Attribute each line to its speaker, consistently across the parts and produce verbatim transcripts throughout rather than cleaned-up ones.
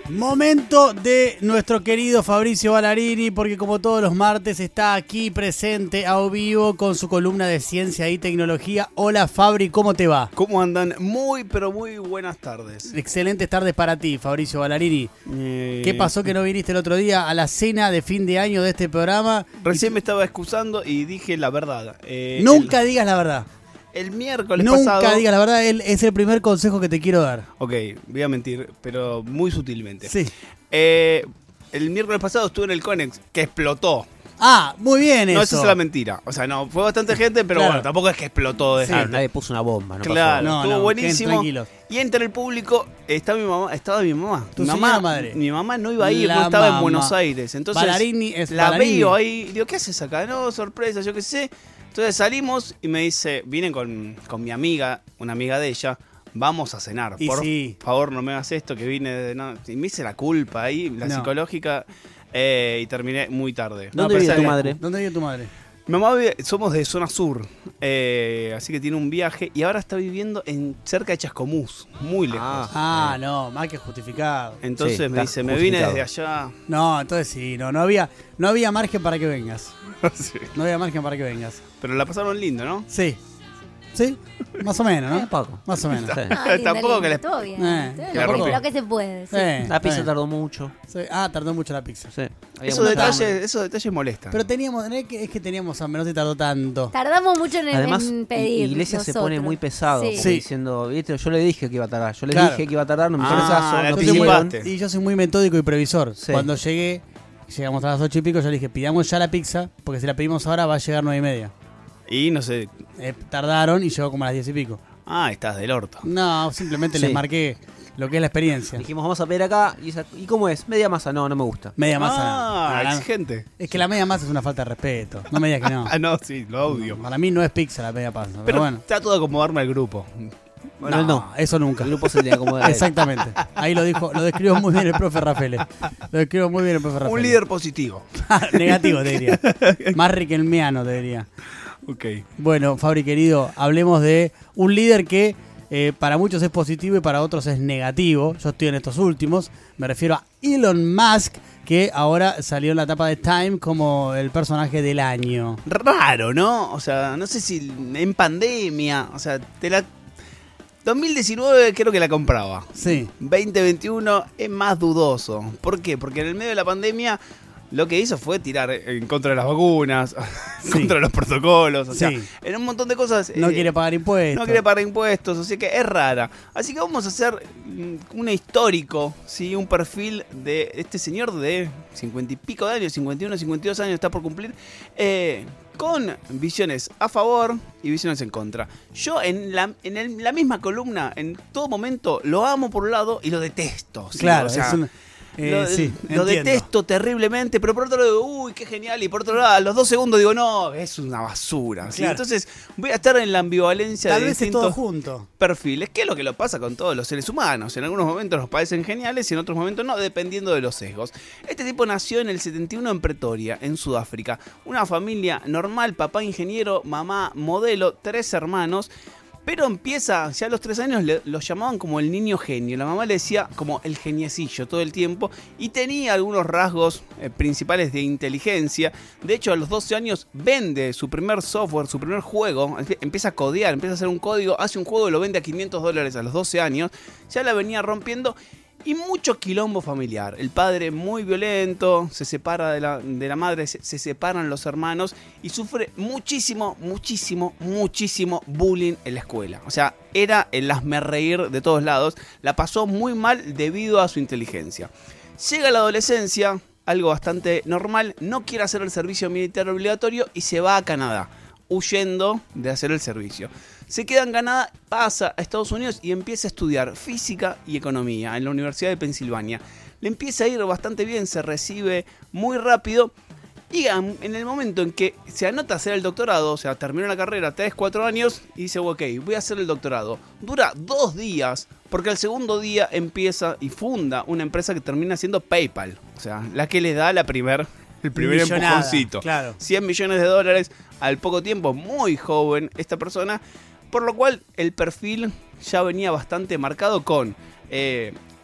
Speaker 1: Momento de nuestro querido Fabricio Ballarini, porque como todos los martes está aquí presente a vivo con su columna de ciencia y tecnología. Hola Fabri, ¿cómo te va?
Speaker 2: ¿Cómo andan? Muy, pero muy buenas tardes.
Speaker 1: Excelentes tardes para ti, Fabricio Ballarini.
Speaker 2: Eh...
Speaker 1: ¿Qué pasó que no viniste el otro día a la cena de fin de año de este programa?
Speaker 2: Recién y... me estaba excusando y dije la verdad.
Speaker 1: Eh, Nunca el... digas la verdad.
Speaker 2: El miércoles
Speaker 1: Nunca
Speaker 2: pasado...
Speaker 1: Nunca digas la verdad, es el primer consejo que te quiero dar.
Speaker 2: Ok, voy a mentir, pero muy sutilmente.
Speaker 1: Sí.
Speaker 2: Eh, el miércoles pasado estuve en el Conex, que explotó.
Speaker 1: Ah, muy bien eso.
Speaker 2: No, esa es la mentira. O sea, no, fue bastante gente, pero claro. Bueno, tampoco es que explotó de
Speaker 3: sí, nadie puso una bomba, ¿no?
Speaker 2: Claro,
Speaker 1: no,
Speaker 2: estuvo
Speaker 1: no,
Speaker 2: buenísimo. Y entre el público estaba mi mamá, estaba mi mamá.
Speaker 1: ¿Tu
Speaker 2: mi mamá,
Speaker 1: madre?
Speaker 2: Mi mamá no iba a ir, porque estaba mamá. en Buenos Aires. Entonces
Speaker 1: Ballarini es
Speaker 2: la
Speaker 1: Ballarini.
Speaker 2: veo ahí, digo, ¿qué haces acá? No, sorpresa, yo qué sé. Entonces salimos y me dice, vine con, con mi amiga, una amiga de ella, vamos a cenar.
Speaker 1: Y
Speaker 2: Por
Speaker 1: sí.
Speaker 2: favor, no me hagas esto, que vine de... No, y me hice la culpa ahí, la
Speaker 1: no.
Speaker 2: psicológica, eh, y terminé muy tarde.
Speaker 3: ¿Dónde
Speaker 2: no,
Speaker 3: vive tu madre?
Speaker 1: ¿Dónde vive tu madre?
Speaker 2: Mi mamá vive, somos de zona sur, eh, así que tiene un viaje y ahora está viviendo en cerca de Chascomús, muy lejos.
Speaker 1: Ah, ah eh. no, más que justificado.
Speaker 2: Entonces sí, me dice, me vine desde allá.
Speaker 1: No, entonces sí, no, no había, no había margen para que vengas. Sí. No había margen para que vengas.
Speaker 2: Pero la pasaron lindo, ¿no?
Speaker 1: Sí. Sí, más o menos, ¿no?
Speaker 3: Eh, poco.
Speaker 1: Más o menos.
Speaker 4: Sí. Ah, lindo,
Speaker 2: tampoco
Speaker 4: lindo.
Speaker 2: que les...
Speaker 4: Todo bien.
Speaker 1: Eh,
Speaker 4: todo lo, que, lo que se puede. Sí.
Speaker 1: Eh,
Speaker 3: la pizza tardó mucho.
Speaker 1: Sí. Ah, tardó mucho la pizza.
Speaker 3: Sí.
Speaker 2: Esos detalles, esos detalles molestan.
Speaker 1: Pero teníamos, es que, es que teníamos hambre, no se tardó tanto.
Speaker 4: Tardamos mucho en,
Speaker 3: Además,
Speaker 4: en pedir.
Speaker 3: La iglesia
Speaker 4: nosotros.
Speaker 3: se pone muy pesado,
Speaker 4: sí.
Speaker 1: Sí.
Speaker 3: diciendo, ¿viste? Yo le dije que iba a tardar, yo le
Speaker 1: claro.
Speaker 3: dije que iba a tardar, no me
Speaker 2: ah,
Speaker 3: hizo caso, no
Speaker 2: anticipaste.
Speaker 1: Y yo soy muy metódico y previsor.
Speaker 3: Sí.
Speaker 1: Cuando llegué, llegamos a las ocho y pico, yo le dije, pidamos ya la pizza, porque si la pedimos ahora va a llegar nueve y media.
Speaker 2: Y no sé.
Speaker 1: Eh, tardaron y llegó como a las diez y pico.
Speaker 2: Ah, estás del orto.
Speaker 1: No, simplemente
Speaker 3: sí.
Speaker 1: les marqué lo que es la experiencia.
Speaker 3: Dijimos, vamos a pedir acá. ¿Y, esa, ¿y cómo es? ¿Media masa? No, no me gusta.
Speaker 1: Media masa.
Speaker 2: Ah,
Speaker 1: no,
Speaker 2: exigente.
Speaker 1: Es que la media masa es una falta de respeto. No me digas que no.
Speaker 2: Ah, no, sí, lo odio.
Speaker 1: No, para mí no es pizza la media masa. Pero,
Speaker 2: pero
Speaker 1: bueno.
Speaker 2: trato de acomodarme al grupo.
Speaker 1: Bueno, no, no, eso nunca.
Speaker 3: El grupo se tiene que acomodar.
Speaker 1: Exactamente. Ahí lo dijo, lo describió muy bien el profe Rafael. Lo describió muy bien el profe Rafael.
Speaker 2: Un líder positivo.
Speaker 1: Negativo, te diría. Más riquelmiano, te diría.
Speaker 2: Ok.
Speaker 1: Bueno, Fabri querido, hablemos de un líder que eh, para muchos es positivo y para otros es negativo. Yo estoy en estos últimos. Me refiero a Elon Musk, que ahora salió en la tapa de Time como el personaje del año.
Speaker 2: Raro, ¿no? O sea, no sé si en pandemia, o sea, te la... dos mil diecinueve creo que la compraba.
Speaker 1: Sí.
Speaker 2: veinte veintiuno es más dudoso. ¿Por qué? Porque en el medio de la pandemia lo que hizo fue tirar en contra de las vacunas,
Speaker 1: sí.
Speaker 2: contra de los protocolos, o
Speaker 1: sí.
Speaker 2: sea, en un montón de cosas.
Speaker 1: No
Speaker 2: eh,
Speaker 1: quiere pagar impuestos.
Speaker 2: No quiere pagar impuestos, así que es rara. Así que vamos a hacer un histórico, ¿sí? Un perfil de este señor de cincuenta y pico de años, cincuenta y uno, cincuenta y dos años, está por cumplir, eh, con visiones a favor y visiones en contra. Yo en la, en el, la misma columna, en todo momento, lo amo por un lado y lo detesto. ¿sí?
Speaker 1: Claro,
Speaker 2: o sea,
Speaker 1: es un... Eh,
Speaker 2: lo,
Speaker 1: sí,
Speaker 2: lo detesto terriblemente, pero por otro lado digo, uy, qué genial. Y por otro lado, a los dos segundos digo, no, es una basura. ¿sí?
Speaker 1: Claro.
Speaker 2: Entonces voy a estar en la ambivalencia
Speaker 1: Tal
Speaker 2: de
Speaker 1: vez es todo
Speaker 2: distintos
Speaker 1: junto.
Speaker 2: perfiles, que es lo que lo pasa con todos los seres humanos. En algunos momentos nos parecen geniales y en otros momentos no, dependiendo de los sesgos. Este tipo nació en el setenta y uno en Pretoria, en Sudáfrica. Una familia normal, papá ingeniero, mamá modelo, tres hermanos. Pero empieza, ya a los tres años le, lo llamaban como el niño genio. La mamá le decía como el geniecillo todo el tiempo. Y tenía algunos rasgos eh, principales de inteligencia. De hecho, a los doce años vende su primer software, su primer juego. Empieza a codear, empieza a hacer un código. Hace un juego y lo vende a quinientos dólares a los doce años. Ya la venía rompiendo. Y mucho quilombo familiar. El padre muy violento, se separa de la, de la madre, se, se separan los hermanos y sufre muchísimo, muchísimo, muchísimo bullying en la escuela. O sea, era el hazmerreír de todos lados. La pasó muy mal debido a su inteligencia. Llega la adolescencia, algo bastante normal, no quiere hacer el servicio militar obligatorio y se va a Canadá, huyendo de hacer el servicio. Se queda en Canadá, pasa a Estados Unidos y empieza a estudiar física y economía en la Universidad de Pensilvania. Le empieza a ir bastante bien, se recibe muy rápido y en el momento en que se anota a hacer el doctorado, o sea, terminó la carrera tres, cuatro años y dice, ok, voy a hacer el doctorado. Dura dos días porque al segundo día empieza y funda una empresa que termina siendo PayPal, o sea, la que le da la primer... El primer
Speaker 1: Millonada,
Speaker 2: empujoncito.
Speaker 1: claro.
Speaker 2: cien millones de dólares al poco tiempo, muy joven esta persona. Por lo cual el perfil ya venía bastante marcado con eh,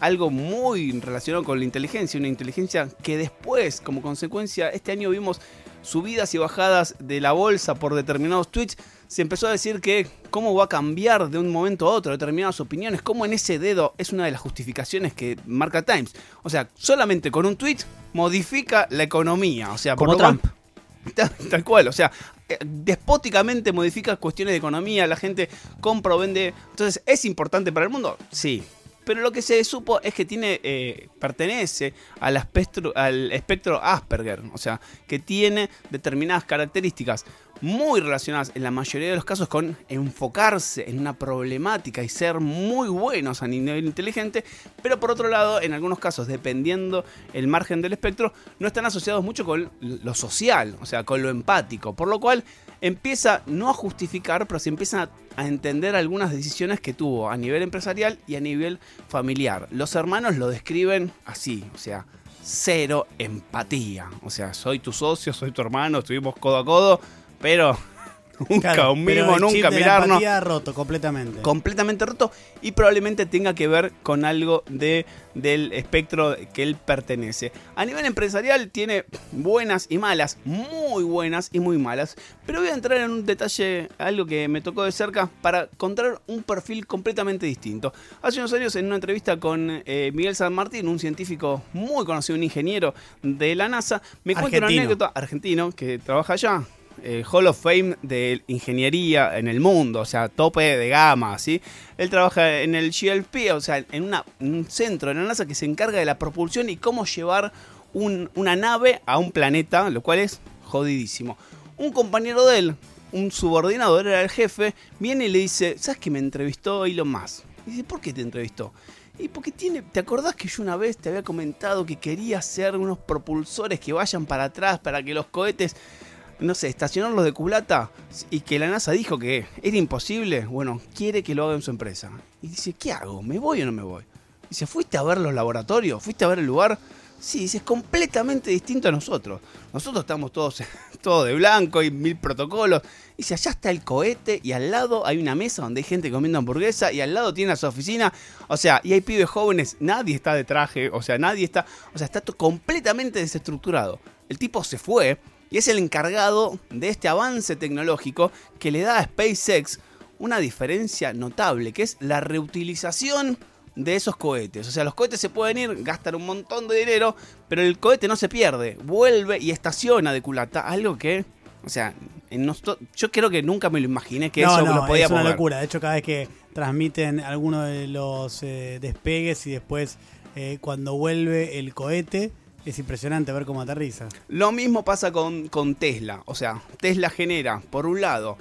Speaker 2: algo muy relacionado con la inteligencia, una inteligencia que después, como consecuencia, este año vimos subidas y bajadas de la bolsa por determinados tweets. Se empezó a decir que cómo va a cambiar de un momento a otro determinadas opiniones, cómo en ese dedo es una de las justificaciones que marca Times. O sea, solamente con un tweet modifica la economía. O sea, por
Speaker 3: Como
Speaker 2: lo cual-
Speaker 3: Trump.
Speaker 2: Tal, tal cual, o sea, eh, despóticamente modifica cuestiones de economía, la gente compra o vende. Entonces, ¿es importante para el mundo? Sí. Pero lo que se supo es que tiene eh, pertenece al espectro, al espectro Asperger, o sea, que tiene determinadas características muy relacionadas en la mayoría de los casos con enfocarse en una problemática y ser muy buenos a nivel inteligente, pero por otro lado, en algunos casos, dependiendo el margen del espectro, no están asociados mucho con lo social, o sea, con lo empático, por lo cual empieza no a justificar, pero se empiezan a, a entender algunas decisiones que tuvo a nivel empresarial y a nivel familiar. Los hermanos lo describen así, o sea, cero empatía, o sea, soy tu socio, soy tu hermano, estuvimos codo a codo, pero nunca,
Speaker 1: Claro,
Speaker 2: un
Speaker 1: pero
Speaker 2: mínimo,
Speaker 1: el chip
Speaker 2: nunca
Speaker 1: de la
Speaker 2: mirarnos.
Speaker 1: empatía roto completamente.
Speaker 2: Completamente roto y probablemente tenga que ver con algo de, del espectro que él pertenece. A nivel empresarial tiene buenas y malas, muy buenas y muy malas, pero voy a entrar en un detalle, algo que me tocó de cerca, para contar un perfil completamente distinto. Hace unos años en una entrevista con eh, Miguel San Martín, un científico muy conocido, un ingeniero de la NASA, me cuenta una
Speaker 1: Argentino.
Speaker 2: anécdota argentino que trabaja allá. Eh, Hall of Fame de ingeniería en el mundo, o sea, tope de gama, ¿sí? Él trabaja en el G L P, o sea, en una, un centro de la NASA que se encarga de la propulsión y cómo llevar un, una nave a un planeta, lo cual es jodidísimo. Un compañero de él, un subordinado, él era el jefe, viene y le dice, ¿sabes que me entrevistó Elon Musk? Y dice, ¿por qué te entrevistó? Y porque tiene, ¿te acordás que yo una vez te había comentado que quería hacer unos propulsores que vayan para atrás para que los cohetes, no sé, estacionarlos de culata, y que la NASA dijo que era imposible? Bueno, quiere que lo haga en su empresa. Y dice, ¿qué hago? ¿Me voy o no me voy? Dice, ¿fuiste a ver los laboratorios? ¿Fuiste a ver el lugar? Sí, dice, es completamente distinto a nosotros. Nosotros estamos todos, todos de blanco, hay mil protocolos. Dice, allá está el cohete y al lado hay una mesa donde hay gente comiendo hamburguesa y al lado tiene su oficina. O sea, y hay pibes jóvenes, nadie está de traje, o sea, nadie está, o sea, está to- completamente desestructurado. El tipo se fue y es el encargado de este avance tecnológico que le da a SpaceX una diferencia notable, que es la reutilización de esos cohetes. O sea, los cohetes se pueden ir, gastan un montón de dinero, pero el cohete no se pierde, vuelve y estaciona de culata, algo que, o sea, en nosotros, yo creo que nunca me lo imaginé que
Speaker 1: no,
Speaker 2: eso
Speaker 1: no,
Speaker 2: lo podía
Speaker 1: es una
Speaker 2: mover.
Speaker 1: locura. De hecho, cada vez que transmiten alguno de los eh, despegues y después eh, cuando vuelve el cohete, es impresionante ver cómo aterriza.
Speaker 2: Lo mismo pasa con, con Tesla. O sea, Tesla genera, por un lado,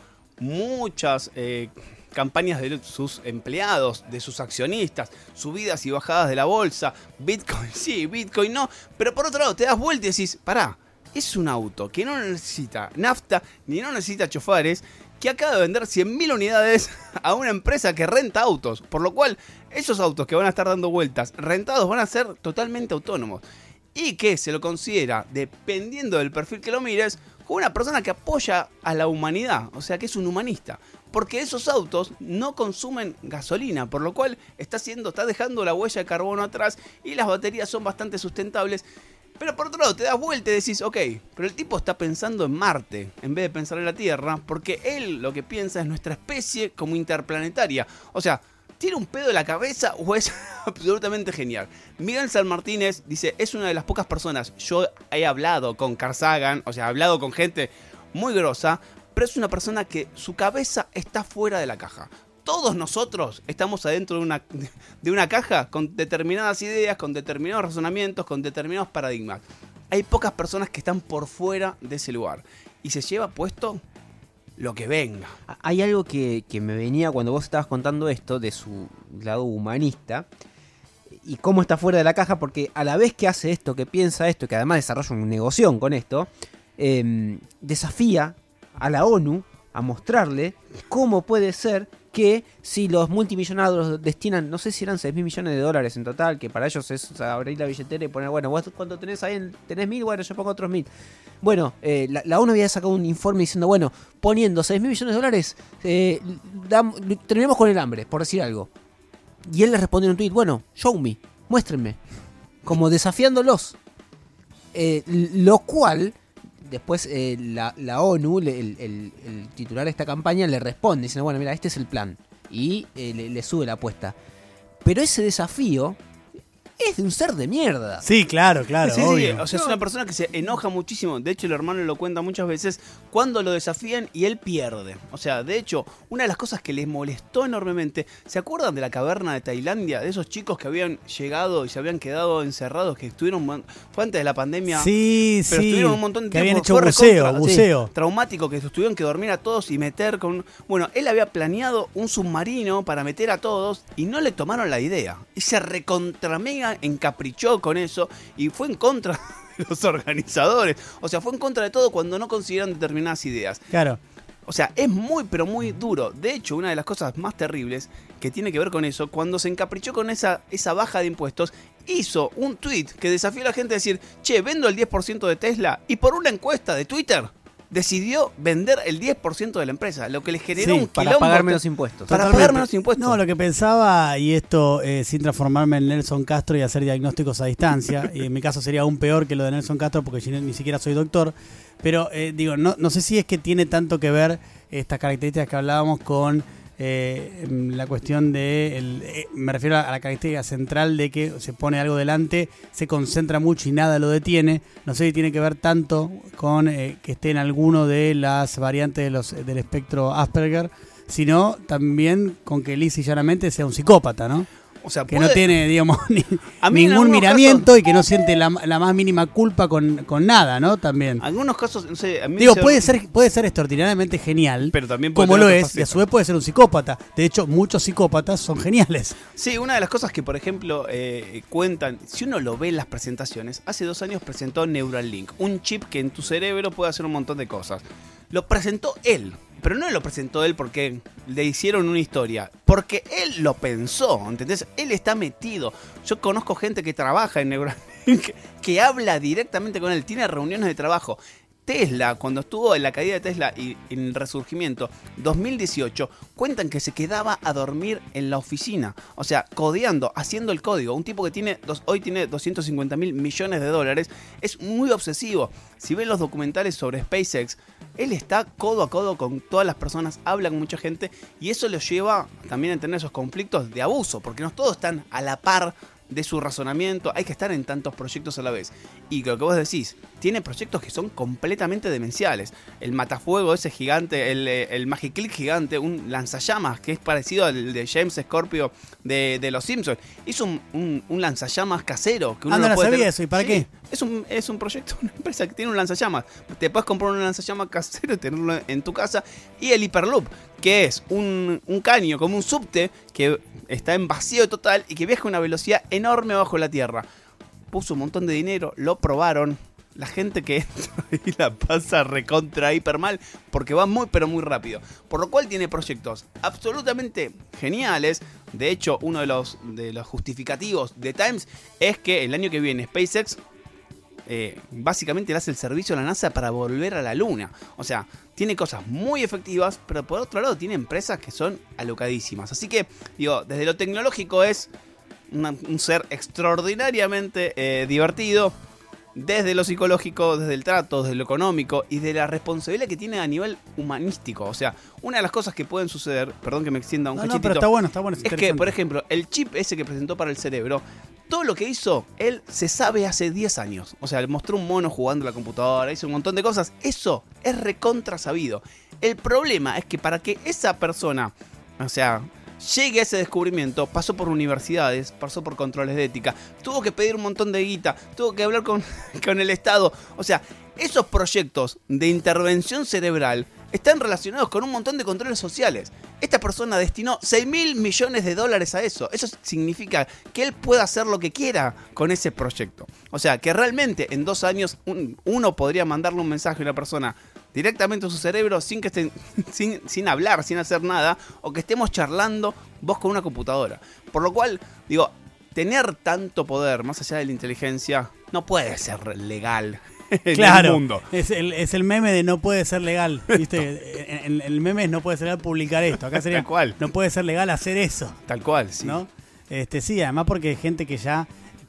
Speaker 2: muchas eh, campañas de sus empleados, de sus accionistas, subidas y bajadas de la bolsa, Bitcoin sí, Bitcoin no, pero por otro lado te das vuelta y decís, pará, es un auto que no necesita nafta ni no necesita choferes, que acaba de vender cien mil unidades a una empresa que renta autos, por lo cual esos autos que van a estar dando vueltas rentados van a ser totalmente autónomos. Y que se lo considera, dependiendo del perfil que lo mires, como una persona que apoya a la humanidad, o sea que es un humanista, porque esos autos no consumen gasolina, por lo cual está haciendo, está dejando la huella de carbono atrás y las baterías son bastante sustentables. Pero por otro lado te das vuelta y decís, ok, pero el tipo está pensando en Marte en vez de pensar en la Tierra, porque él lo que piensa es nuestra especie como interplanetaria. O sea, ¿tiene un pedo en la cabeza o es absolutamente genial? Miguel San Martínez dice, es una de las pocas personas, yo he hablado con Carl Sagan, o sea, he hablado con gente muy grosa, pero es una persona que su cabeza está fuera de la caja. Todos nosotros estamos adentro de una, de una caja con determinadas ideas, con determinados razonamientos, con determinados paradigmas. Hay pocas personas que están por fuera de ese lugar y se lleva puesto lo que venga.
Speaker 3: Hay algo que, que me venía cuando vos estabas contando esto de su lado humanista y cómo está fuera de la caja, porque a la vez que hace esto, que piensa esto, que además desarrolla un negocio con esto, eh, desafía a la ONU a mostrarle cómo puede ser que si los multimillonarios destinan, no sé si eran seis mil millones de dólares en total, que para ellos es, o sea, abrir la billetera y poner, bueno, vos cuánto tenés ahí, tenés mil, bueno, yo pongo otros mil. Bueno, eh, la, la ONU había sacado un informe diciendo, bueno, poniendo seis mil millones de dólares, eh, dam, terminamos con el hambre, por decir algo. Y él le respondió en un tweet, bueno, show me, muéstrenme. Como desafiándolos. Eh, lo cual, después eh, la, la ONU, el, el, el titular de esta campaña, le responde, diciendo, bueno, mira, este es el plan. Y eh, le, le sube la apuesta. Pero ese desafío es de un ser de mierda.
Speaker 1: Sí, claro, claro,
Speaker 2: Sí, sí,
Speaker 1: obvio.
Speaker 2: o sea, es una persona que se enoja muchísimo. De hecho, el hermano lo cuenta muchas veces cuando lo desafían y él pierde. O sea, de hecho, una de las cosas que les molestó enormemente, ¿se acuerdan de la caverna de Tailandia? De esos chicos que habían llegado y se habían quedado encerrados, que estuvieron, fue antes de la pandemia.
Speaker 1: Sí,
Speaker 2: pero
Speaker 1: sí.
Speaker 2: estuvieron un montón de
Speaker 1: que
Speaker 2: tiempo.
Speaker 1: habían hecho
Speaker 2: Fue
Speaker 1: buceo,
Speaker 2: recontra-
Speaker 1: buceo.
Speaker 2: sí, traumático, que tuvieron que dormir a todos y meter con... Bueno, él había planeado un submarino para meter a todos y no le tomaron la idea. Y se recontra mega encaprichó con eso y fue en contra de los organizadores. O sea, fue en contra de todo cuando no consiguieron determinadas ideas.
Speaker 1: Claro.
Speaker 2: O sea, es muy, pero muy duro. De hecho, una de las cosas más terribles que tiene que ver con eso, cuando se encaprichó con esa, esa baja de impuestos, hizo un tweet que desafió a la gente a decir, che, vendo el diez por ciento de Tesla, y por una encuesta de Twitter decidió vender el diez por ciento de la empresa, lo que le generó
Speaker 1: Sí,
Speaker 2: un
Speaker 3: Para
Speaker 2: quilombo.
Speaker 3: pagar menos impuestos.
Speaker 2: Para
Speaker 1: Totalmente.
Speaker 2: pagar menos impuestos.
Speaker 1: No, lo que pensaba, y esto eh, sin transformarme en Nelson Castro y hacer diagnósticos a distancia, y en mi caso sería aún peor que lo de Nelson Castro porque yo ni, ni siquiera soy doctor, pero eh, digo, no, no sé si es que tiene tanto que ver estas características que hablábamos con eh, la cuestión de, el, eh, me refiero a la característica central de que se pone algo delante, se concentra mucho y nada lo detiene. No sé si tiene que ver tanto con eh, que esté en alguno de las variantes de los, del espectro Asperger, sino también con que lisa y llanamente sea un psicópata, ¿no?
Speaker 2: O sea,
Speaker 1: Que
Speaker 2: puede-
Speaker 1: no tiene, digamos, ni-
Speaker 2: A mí en
Speaker 1: ningún
Speaker 2: algunos
Speaker 1: miramiento y que no siente la, la más mínima culpa con, con nada, ¿no? También.
Speaker 2: algunos casos, no sé, a mí
Speaker 1: Digo,
Speaker 2: se-
Speaker 1: puede ser, puede ser extraordinariamente genial,
Speaker 2: Pero también puede
Speaker 1: como
Speaker 2: tener
Speaker 1: lo
Speaker 2: otra
Speaker 1: es, y a
Speaker 2: faceta.
Speaker 1: su vez puede ser un psicópata. De hecho, muchos psicópatas son geniales.
Speaker 2: Sí, una de las cosas que, por ejemplo, eh, cuentan, si uno lo ve en las presentaciones, hace dos años presentó Neuralink, un chip que en tu cerebro puede hacer un montón de cosas. Lo presentó él, pero no lo presentó él porque le hicieron una historia, porque él lo pensó, ¿entendés? Él está metido. Yo conozco gente que trabaja en Neuralink, que habla directamente con él, tiene reuniones de trabajo. Tesla, cuando estuvo en la caída de Tesla y en el resurgimiento dos mil dieciocho, cuentan que se quedaba a dormir en la oficina, o sea, codeando, haciendo el código. Un tipo que tiene dos, hoy tiene doscientos cincuenta mil millones de dólares, es muy obsesivo. Si ven los documentales sobre SpaceX, él está codo a codo con todas las personas, habla con mucha gente y eso lo lleva también a tener esos conflictos de abuso, porque no todos están a la par de su razonamiento, hay que estar en tantos proyectos a la vez. Y lo que vos decís, tiene proyectos que son completamente demenciales. El matafuego ese gigante, el, el Magiclick gigante, un lanzallamas que es parecido al de James Scorpio de, de Los Simpsons. Hizo un, un, un lanzallamas casero. Que uno
Speaker 1: Ah, no
Speaker 2: lo
Speaker 1: la
Speaker 2: puede
Speaker 1: sabía
Speaker 2: tener-
Speaker 1: eso, ¿y para
Speaker 2: Sí,
Speaker 1: qué?
Speaker 2: Es un, es un proyecto, una empresa que tiene un lanzallamas. Te puedes comprar un lanzallamas casero y tenerlo en tu casa. Y el Hyperloop, que es un, un caño, como un subte, que está en vacío total y que viaja a una velocidad enorme bajo la tierra. Puso un montón de dinero, lo probaron. La gente que entra y la pasa recontra hiper mal porque va muy pero muy rápido. Por lo cual tiene proyectos absolutamente geniales. De hecho, uno de los, de los justificativos de Times es que el año que viene SpaceX eh, básicamente le hace el servicio a la NASA para volver a la Luna. O sea, tiene cosas muy efectivas, pero por otro lado tiene empresas que son alocadísimas. Así que, digo, desde lo tecnológico es una- un ser extraordinariamente eh, divertido. Desde lo psicológico, desde el trato, desde lo económico y de la responsabilidad que tiene a nivel humanístico. O sea, una de las cosas que pueden suceder, perdón que me extienda un
Speaker 1: No, no,
Speaker 2: cachitito,
Speaker 1: pero está bueno, está bueno.
Speaker 2: es que,
Speaker 1: interesante.
Speaker 2: por ejemplo, el chip ese que presentó para el cerebro, todo lo que hizo, él se sabe hace diez años. O sea, le mostró un mono jugando a la computadora, hizo un montón de cosas. Eso es recontra sabido. El problema es que para que esa persona, o sea, llegue a ese descubrimiento, pasó por universidades, pasó por controles de ética, tuvo que pedir un montón de guita, tuvo que hablar con, con el Estado. O sea, esos proyectos de intervención cerebral están relacionados con un montón de controles sociales. Esta persona destinó seis mil millones de dólares a eso. Eso significa que él puede hacer lo que quiera con ese proyecto. O sea, que realmente en dos años un- uno podría mandarle un mensaje a una persona directamente a su cerebro sin que estén, sin, sin hablar, sin hacer nada, o que estemos charlando vos con una computadora. Por lo cual, digo, tener tanto poder más allá de la inteligencia no puede ser legal. En
Speaker 1: Claro,
Speaker 2: el mundo.
Speaker 1: Es, el, es el meme de no puede ser legal, ¿viste? En- en- el meme es no puede ser legal publicar esto. Acá sería
Speaker 2: Tal cual.
Speaker 1: no puede ser legal hacer eso,
Speaker 2: Tal cual, sí.
Speaker 1: ¿no? Este, sí, además porque hay gente que ya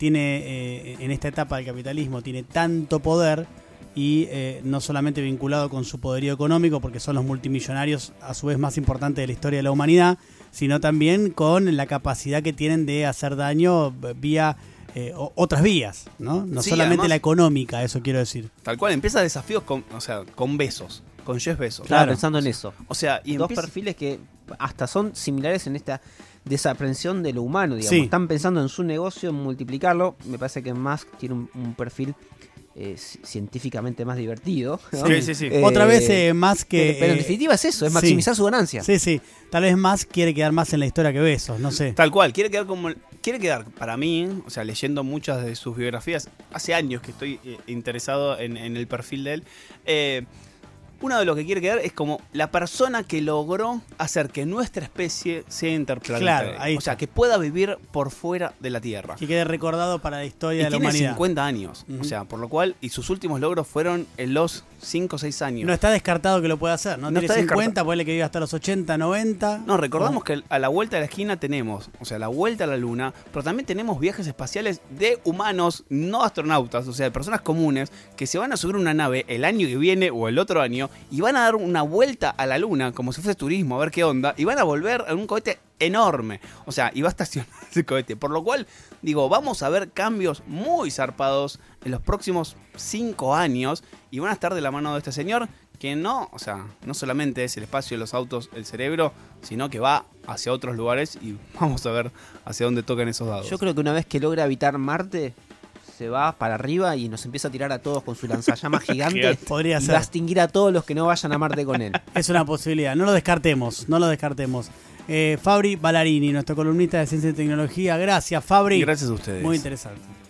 Speaker 1: tiene eh, en esta etapa del capitalismo tiene tanto poder y eh, no solamente vinculado con su poderío económico, porque son los multimillonarios a su vez más importantes de la historia de la humanidad, sino también con la capacidad que tienen de hacer daño vía eh, otras vías, ¿no? No
Speaker 2: Sí,
Speaker 1: solamente
Speaker 2: además-
Speaker 1: la económica, eso quiero decir.
Speaker 2: Tal cual, empieza desafíos con, o sea, con Besos, con Jeff Bezos.
Speaker 3: Estaba
Speaker 1: Claro.
Speaker 3: pensando en eso.
Speaker 2: O sea, y
Speaker 3: Dos
Speaker 2: empieza-
Speaker 3: perfiles que hasta son similares en esta desaprensión de lo humano, digamos.
Speaker 1: Sí.
Speaker 3: Están pensando en su negocio, en multiplicarlo. Me parece que Musk tiene un, un perfil eh, ci- científicamente más divertido, ¿no?
Speaker 2: Sí, sí, sí.
Speaker 3: Eh,
Speaker 1: Otra vez eh, más que...
Speaker 3: pero, pero en
Speaker 1: eh,
Speaker 3: definitiva es eso, es
Speaker 1: sí.
Speaker 3: maximizar su ganancia.
Speaker 1: Sí, sí. Tal vez más quiere quedar más en la historia que Besos, no sé.
Speaker 2: Tal cual, quiere quedar como. Quiere quedar, para mí, o sea, leyendo muchas de sus biografías, hace años que estoy eh, interesado en, en el perfil de él. Eh, uno de lo que quiere quedar es como la persona que logró hacer que nuestra especie sea interplanetaria.
Speaker 1: Claro, ahí
Speaker 2: o sea,
Speaker 1: está.
Speaker 2: que pueda vivir por fuera de la Tierra.
Speaker 1: Que quede recordado para la historia
Speaker 2: Y
Speaker 1: de la
Speaker 2: tiene
Speaker 1: humanidad.
Speaker 2: cincuenta años,
Speaker 1: Ujú.
Speaker 2: o sea, por lo cual, y sus últimos logros fueron en los cinco o seis años.
Speaker 1: No está descartado que lo pueda hacer, ¿no?
Speaker 2: No
Speaker 1: Tiene
Speaker 2: está
Speaker 1: cincuenta,
Speaker 2: descartado.
Speaker 1: puede que viva hasta los ochenta, noventa.
Speaker 2: No, recordamos
Speaker 1: Oh.
Speaker 2: que a la vuelta de la esquina tenemos, o sea, la vuelta a la luna, pero también tenemos viajes espaciales de humanos, no astronautas, o sea, de personas comunes, que se van a subir a una nave el año que viene o el otro año y van a dar una vuelta a la luna, como si fuese turismo, a ver qué onda, y van a volver en un cohete enorme, o sea, y va a estacionar ese cohete, por lo cual, digo, vamos a ver cambios muy zarpados en los próximos cinco años y van a estar de la mano de este señor que no, o sea, no solamente es el espacio, los autos, el cerebro, sino que va hacia otros lugares y vamos a ver hacia dónde tocan esos dados.
Speaker 3: Yo creo que una vez que logra habitar Marte, se va para arriba y nos empieza a tirar a todos con su lanzallamas gigante.
Speaker 2: Gigante.
Speaker 1: Podría
Speaker 3: y
Speaker 1: ser.
Speaker 3: va a extinguir a todos los que no vayan a Marte con él.
Speaker 1: Es una posibilidad, no lo descartemos, no lo descartemos. Eh, Fabri Ballarini, nuestro columnista de Ciencia y Tecnología. Gracias, Fabri.
Speaker 2: Gracias a ustedes.
Speaker 1: Muy interesante.